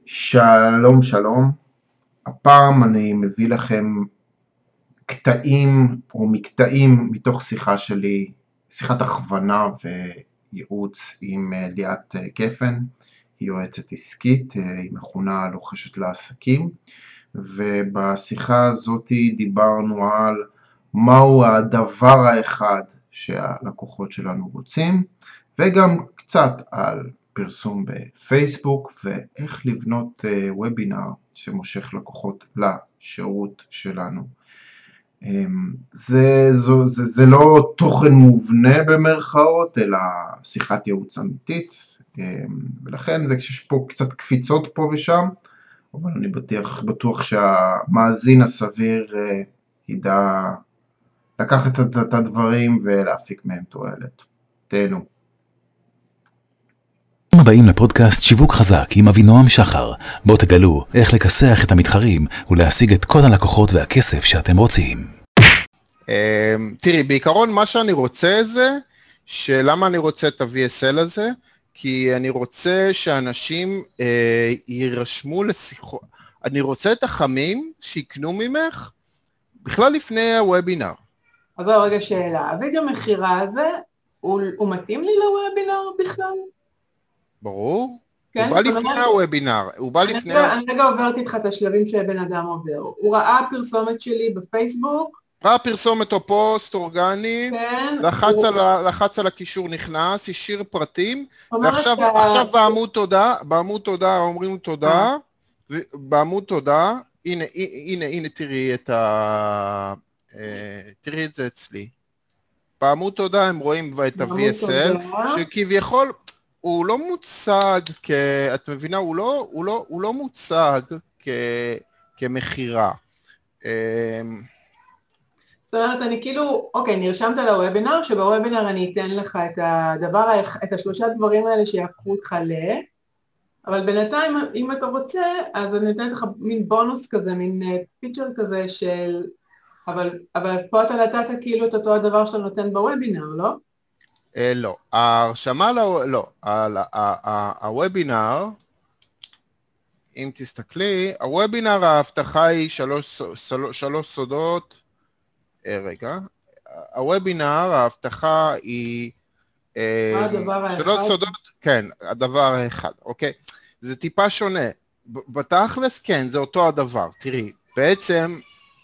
שלום שלום, הפעם אני מביא לכם קטעים או מקטעים מתוך שיחה שלי, שיחת הכוונה וייעוץ עם ליאת גפן, היא יועצת עסקית, היא מכונה לוחשת לעסקים, ובשיחה הזאת דיברנו על מהו הדבר האחד שהלקוחות שלנו רוצים, וגם קצת על פרסום בפייסבוק ואיך לבנות וובינר שמושך לקוחות לשירות שלנו. זה לא תוכן מובנה במרכאות, אלא שיחת ייעוץ אמיתית, ולכן יש פה קצת קפיצות פה ושם, אבל אני בטוח שהמאזין הסביר ידע לקחת את הדברים ולהפיק מהם תועלת. תהנו. הבאים לפודקאסט שיווק חזק עם אבינועם שחר, בו תגלו איך לכסח את המתחרים ולהשיג את כל הלקוחות והכסף שאתם רוצים. תראי, בעיקרון מה שאני רוצה זה, שלמה אני רוצה את ה-VSL הזה? כי אני רוצה שאנשים יירשמו לשיחות, אני רוצה את החמים שיקנו ממך בכלל לפני הוובינר. אבל רגע שאלה, הווידאו מחירה הזה, הוא מתאים לי לוובינר בכלל? ברור. כן? הוא בא לפני הוובינר, הוא בא לפני... אני רגע עוברת איתך את השלבים שבן אדם עובר. הוא ראה פרסומת שלי בפייסבוק. ראה פרסומת או פוסט אורגני, כן. לחץ על הקישור נכנס, השאיר פרטים, ועכשיו בעמוד תודה, אומרים תודה, בעמוד תודה, הנה תראי תראי את זה אצלי. בעמוד תודה הם רואים את ה-VSL, שכביכול הוא לא מוצג, את מבינה, הוא לא מוצג כמחירה. זאת אומרת, אני כאילו, אוקיי, נרשמת לוובינר, שבוובינר אני אתן לך את השלושה דברים האלה שיהפכו אותך אבל בינתיים, אם אתה רוצה, אז אני אתן לך מין בונוס כזה, מין פיצ'ר כזה של, אבל פה אתה נתת כאילו את אותו הדבר שאתה נותן בוובינר, לא? לא, ההרשמה לא, הוובינר, אם תסתכלי, הוובינר ההבטחה היא שלוש סודות, הוובינר ההבטחה היא שלוש סודות, כן, הדבר האחד, אוקיי? זה טיפה שונה, בתכלס כן, זה אותו הדבר, תראי, בעצם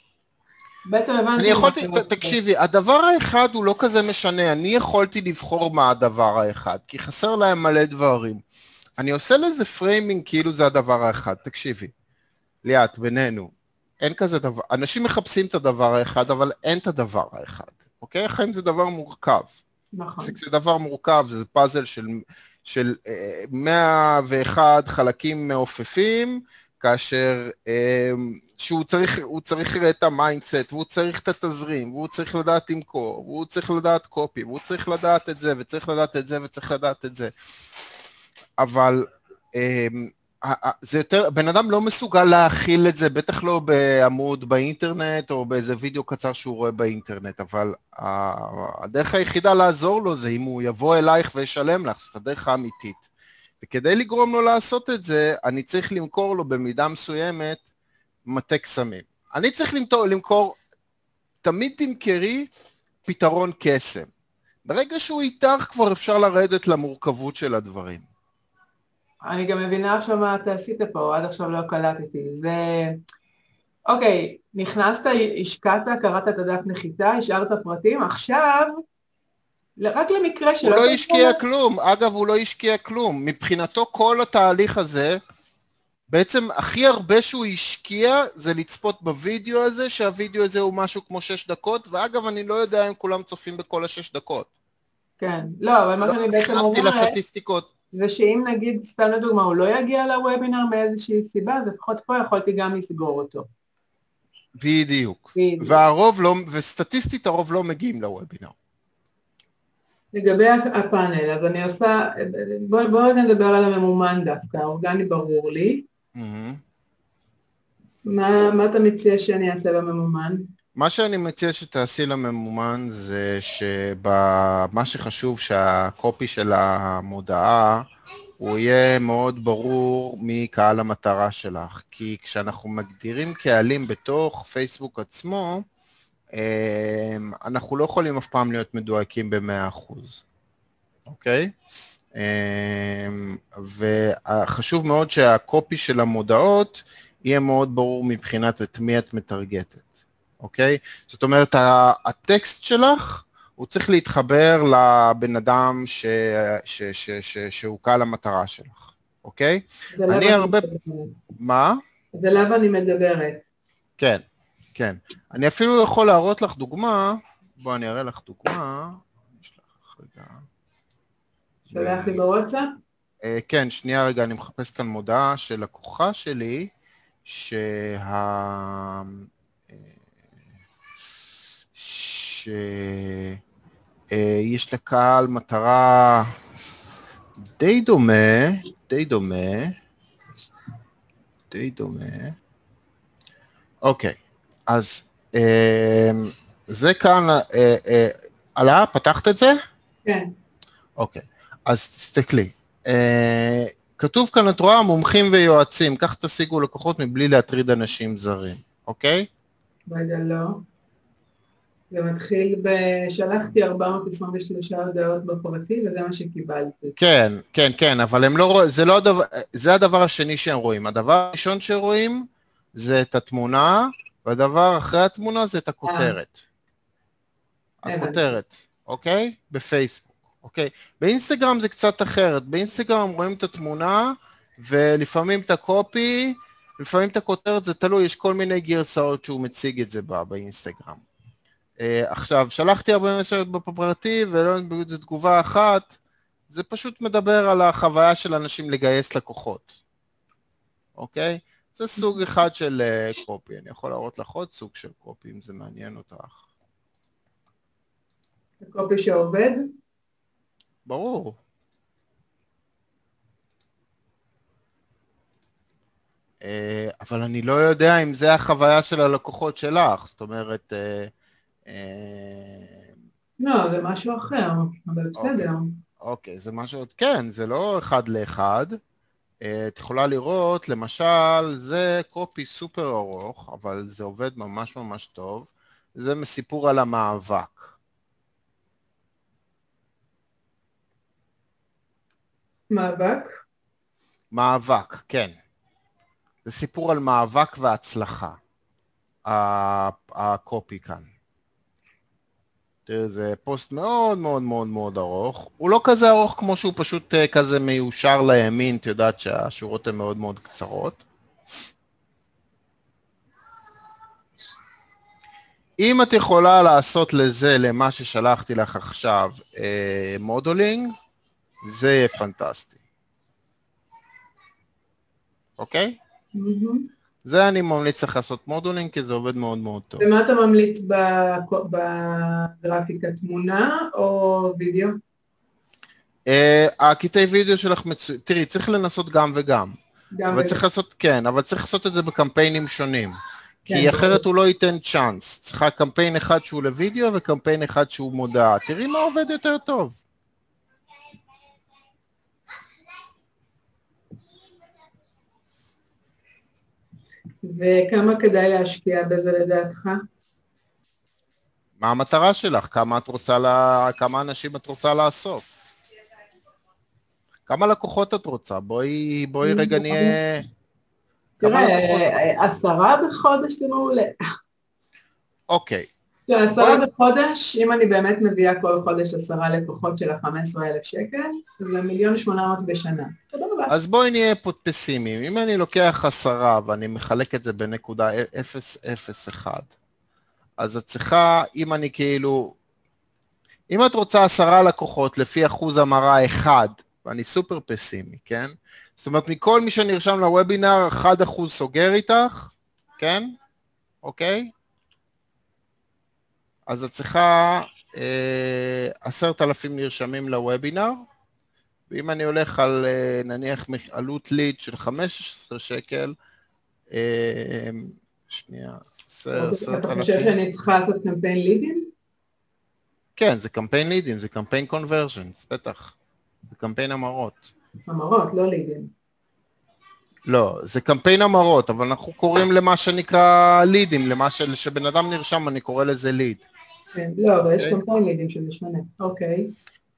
אני יכולתי, תקשיבי, הדבר האחד הוא לא כזה משנה, אני יכולתי לבחור מה הדבר האחד, כי חסר להם מלא דברים. אני עושה לזה פריימינג כאילו זה הדבר האחד, תקשיבי, ליאת, בינינו, אין כזה דבר, אנשים מחפשים את הדבר האחד, אבל אין את הדבר האחד, אוקיי? החיים זה דבר מורכב. נכון. זה דבר מורכב, זה פאזל של 101 חלקים מעופפים, כאשר שהוא צריך את המיינדסט, והוא צריך את התזרים, והוא צריך לדעת למכור, והוא צריך לדעת קופי, והוא צריך לדעת את זה, וצריך לדעת את זה, וצריך לדעת את זה. אבל זה יותר, בן אדם לא מסוגל להכיל את זה, בטח לא בעמוד באינטרנט, או באיזה וידאו קצר שהוא רואה באינטרנט, אבל הדרך היחידה לעזור לו זה אם הוא יבוא אלייך וישלם לך, זאת הדרך האמיתית. וכדי לגרום לו לעשות את זה, אני צריך למכור לו במידה מסוימת מטה קסמים. אני צריך למכור, תמיד תמכרי פתרון קסם. ברגע שהוא איתך כבר אפשר לרדת למורכבות של הדברים. אני גם מבינה עכשיו מה אתה עשית פה, עד עכשיו לא קלטתי. זה... אוקיי, נכנסת, השקעת, קראת את הדף נחיתה, השארת פרטים, עכשיו... רק למקרה שלא... הוא לא השקיע כלום, אגב הוא לא השקיע כלום, מבחינתו כל התהליך הזה, בעצם הכי הרבה שהוא השקיע זה לצפות בווידאו הזה, שהווידאו הזה הוא משהו כמו 6 דקות, ואגב אני לא יודע אם כולם צופים בכל ה6 דקות. כן, לא, אבל מה שאני בעצם אומרת, לסטטיסטיקות. זה שאם נגיד, סתם לדוגמה, הוא לא יגיע לוובינר מאיזושהי סיבה, אז לפחות פה יכולתי גם לסגור אותו. בדיוק. וסטטיסטית הרוב לא מגיעים לוובינר. לגבי הפאנל, אז אני עושה, בואו נדבר על הממומן דווקא, האורגני ברור לי. מה אתה מציע שאני אעשה בממומן? מה שאני מציע שתעשי לממומן זה שמה שחשוב שהקופי של המודעה הוא יהיה מאוד ברור מקהל המטרה שלך, כי כשאנחנו מגדירים קהלים בתוך פייסבוק עצמו, אנחנו לא יכולים אף פעם להיות מדויקים ב-100%, אוקיי? וחשוב מאוד שהקופי של המודעות יהיה מאוד ברור מבחינת את מי את מטרגטת, אוקיי? זאת אומרת, הטקסט שלך, הוא צריך להתחבר לבן אדם שהוא קהל המטרה שלך, אוקיי? אני הרבה... מה? זה למה אני מדברת. כן, כן. אני אפילו יכול להראות לך דוגמה, בוא אני אראה לך דוגמה. שולח לי בוואטסאפ? כן, שנייה רגע, אני מחפש כאן מודעה של לקוחה שלי, יש לה קהל מטרה די דומה, אוקיי, אז זה כאן, עלה, פתחת את זה? כן. אוקיי, אז תסתכלי, כתוב כאן, את רואה, מומחים ויועצים, כך תשיגו לקוחות מבלי להטריד אנשים זרים, אוקיי? רגע, לא. זה מתחיל שלחתי 423 הודעות בפרטי, וזה מה שקיבלתי. כן, כן, כן, אבל הם לא רואים, זה הדבר השני שהם רואים. הדבר הראשון שרואים זה את התמונה, והדבר אחרי התמונה זה את הכותרת. הכותרת, אוקיי? בפייסבוק, אוקיי? באינסטגרם זה קצת אחרת. באינסטגרם רואים את התמונה, ולפעמים את הקופי, לפעמים את הכותרת, זה תלוי, יש כל מיני גרסאות שהוא מציג את זה באינסטגרם. עכשיו, שלחתי הרבה מסורת בפרטי, ולא נתבגוד זו תגובה אחת, זה פשוט מדבר על החוויה של אנשים לגייס לקוחות, אוקיי? זה סוג אחד של קופי, אני יכול להראות לך עוד סוג של קופי, אם זה מעניין אותך. זה קופי שעובד? ברור. אבל אני לא יודע אם זה החוויה של הלקוחות שלך, זאת אומרת... לא, זה משהו אחר, אבל בסדר. אוקיי, זה משהו, כן, זה לא אחד לאחד. את יכולה לראות, למשל, זה קופי סופר ארוך, אבל זה עובד ממש ממש טוב. זה מסיפור על המאבק. מאבק? מאבק, כן. זה סיפור על מאבק והצלחה. הקופי כאן. תראה, זה פוסט מאוד מאוד מאוד מאוד ארוך. הוא לא כזה ארוך כמו שהוא פשוט כזה מיושר לימין, את יודעת שהשורות הן מאוד מאוד קצרות. אם את יכולה לעשות לזה, למה ששלחתי לך עכשיו, מודולינג, זה יהיה פנטסטי. אוקיי? זה אני ממליץ לך לעשות מודולינג, כי זה עובד מאוד מאוד טוב. ומה אתה ממליץ בגרפיקה, תמונה או וידאו? הקטעי וידאו שלך, תראי, צריך לנסות גם וגם. אבל צריך לעשות, כן, אבל צריך לעשות את זה בקמפיינים שונים. כי אחרת הוא לא ייתן צ'אנס. צריכה קמפיין אחד שהוא לוידאו וקמפיין אחד שהוא מודעה. תראי מה עובד יותר טוב. וכמה כדאי להשקיע בזה לדעתך? מה המטרה שלך? כמה אנשים את רוצה לאסוף? כמה לקוחות את רוצה? בואי רגע נהיה... תראה, 10 בחודש זה מעולה. אוקיי. 10 בחודש, אם אני באמת מביאה כל חודש 10 לקוחות של 15,000 שקל, זה 1,800,000 בשנה. אז בואי נהיה פסימיים. אם אני לוקח 10 ואני מחלק את זה בנקודה 0.01, אז את צריכה, אם אני כאילו... אם את רוצה 10 לקוחות לפי אחוז המרה 1, ואני סופר פסימי, כן? זאת אומרת, מכל מי שנרשם לוובינר, 1% סוגר איתך, כן? אוקיי? אז את צריכה 10,000 נרשמים לוובינר, ואם אני הולך על, נניח, עלות ליד של 15 שקל, שנייה, 10,000. אתה חושב שאני צריכה לעשות קמפיין לידים? כן, זה קמפיין לידים, זה קמפיין קונברז'נס, בטח. זה קמפיין המרות. המרות, לא לידים. לא, זה קמפיין המרות, אבל אנחנו קוראים למה שנקרא לידים, למה שבן אדם נרשם, אני קורא לזה ליד. כן, לא, אבל יש קמפיין לידים שזה שונה. אוקיי.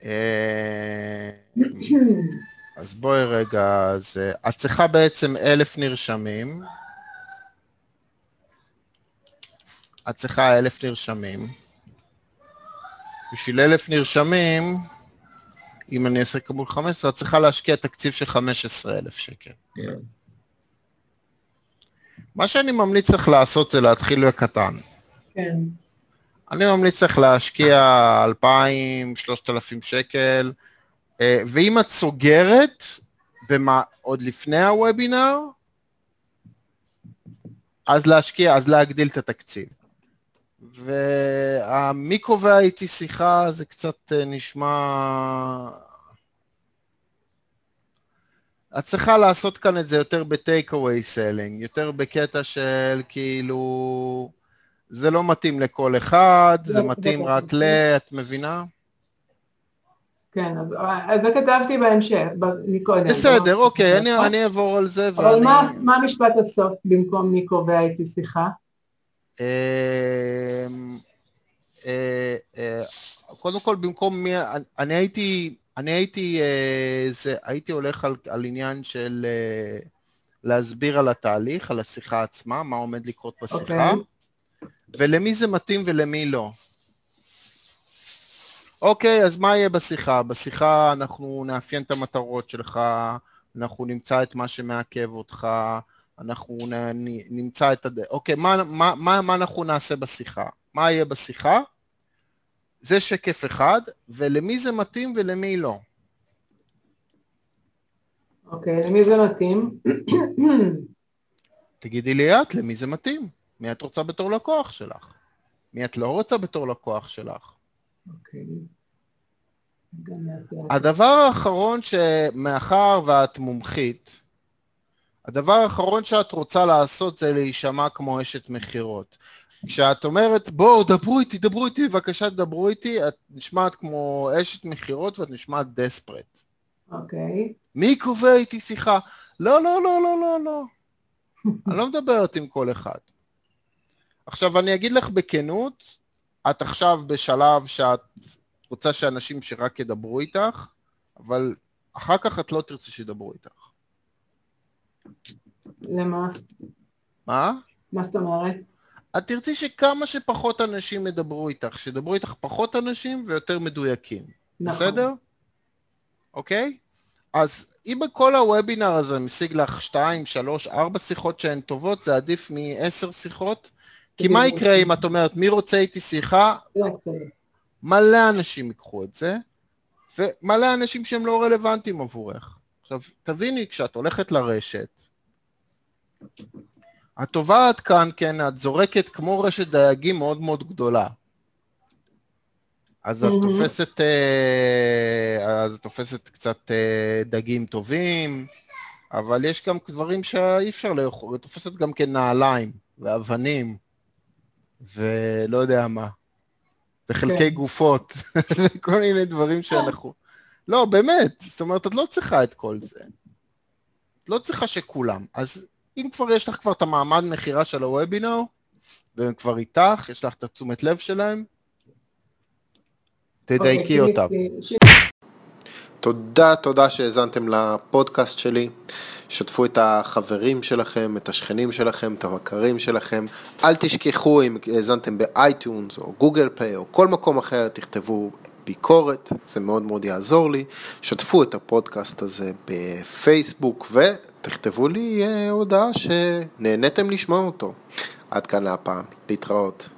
אז בואי רגע, את צריכה בעצם 1,000 נרשמים. את צריכה 1,000 נרשמים. בשביל 1,000 נרשמים, אם אני אעשה כמול 15, את צריכה להשקיע תקציב של 15,000 שקל. מה שאני ממליץ לך לעשות זה להתחיל בקטן. כן. אני ממליץ לך להשקיע 2,000-3,000 שקל, ואם את סוגרת, עוד לפני הוובינר, אז להשקיע, אז להגדיל את התקציב. ומי קובע איתי שיחה, זה קצת נשמע... את צריכה לעשות כאן את זה יותר ב-take-away selling, יותר בקטע של כאילו, זה לא מתאים לכל אחד, זה מתאים רק את מבינה? כן, אז זה כתבתי בהמשך, מקודם. בסדר, אוקיי, אני אעבור על זה. אבל מה המשפט הסוף במקום מי קובע איתי שיחה? קודם כל, במקום מי, אני הייתי הולך על עניין של להסביר על התהליך, על השיחה עצמה, מה עומד לקרות בשיחה, ולמי זה מתאים ולמי לא. אוקיי, אז מה יהיה בשיחה? בשיחה אנחנו נאפיין את המטרות שלך, אנחנו נמצא את מה שמעכב אותך, אנחנו נמצא את אוקיי, מה אנחנו נעשה בשיחה? מה יהיה בשיחה? זה שקף אחד, ולמי זה מתאים ולמי לא. אוקיי, למי זה מתאים? תגידי לי את, למי זה מתאים? מי את רוצה בתור לקוח שלך? מי את לא רוצה בתור לקוח שלך? אוקיי. הדבר האחרון שמאחר ואת מומחית, הדבר האחרון שאת רוצה לעשות זה להישמע כמו אשת מחירות. כשאת אומרת, בואו, דברו איתי, בבקשה תדברו איתי, את נשמעת כמו אשת מחירות ואת נשמעת דספרט. אוקיי. מי קובע איתי שיחה? לא. אני לא מדברת עם כל אחד. עכשיו, אני אגיד לך בכנות, את עכשיו בשלב שאת רוצה שאנשים שרק ידברו איתך, אבל אחר כך את לא תרצה שידברו איתך. למה? מה? מה זאת אומרת? את תרצי שכמה שפחות אנשים ידברו איתך, שידברו איתך פחות אנשים ויותר מדויקים. נכון. בסדר? אוקיי? אז אם בכל הוובינר הזה משיג לך 2, 3, 4 שיחות שהן טובות, זה עדיף מ10 שיחות, כי מה יקרה אם את אומרת, מי רוצה איתי שיחה? מלא אנשים ייקחו את זה, ומלא אנשים שהם לא רלוונטיים עבורך. עכשיו, תביני, כשאת הולכת לרשת, את טובעת כאן, כן, את זורקת כמו רשת דייגים מאוד מאוד גדולה. אז את תופסת קצת דגים טובים, אבל יש גם דברים שאי אפשר לאכול, את תופסת גם כן נעליים ואבנים, ולא יודע מה, וחלקי גופות, וכל מיני דברים שאנחנו... לא, באמת, זאת אומרת, את לא צריכה את כל זה. את לא צריכה שכולם. אז אם כבר יש לך כבר את המעמד מחירה של הוובינר, והם כבר איתך, יש לך את התשומת לב שלהם, תדייקי אותם. תודה שהזנתם לפודקאסט שלי. שתפו את החברים שלכם, את השכנים שלכם, את המכרים שלכם. אל תשכחו, אם הזנתם באייטיונס או גוגל פליי או כל מקום אחר, תכתבו ביקורת, זה מאוד מאוד יעזור לי. שתפו את הפודקאסט הזה בפייסבוק ותכתבו לי הודעה שנהניתם לשמוע אותו. עד כאן להפעם, להתראות.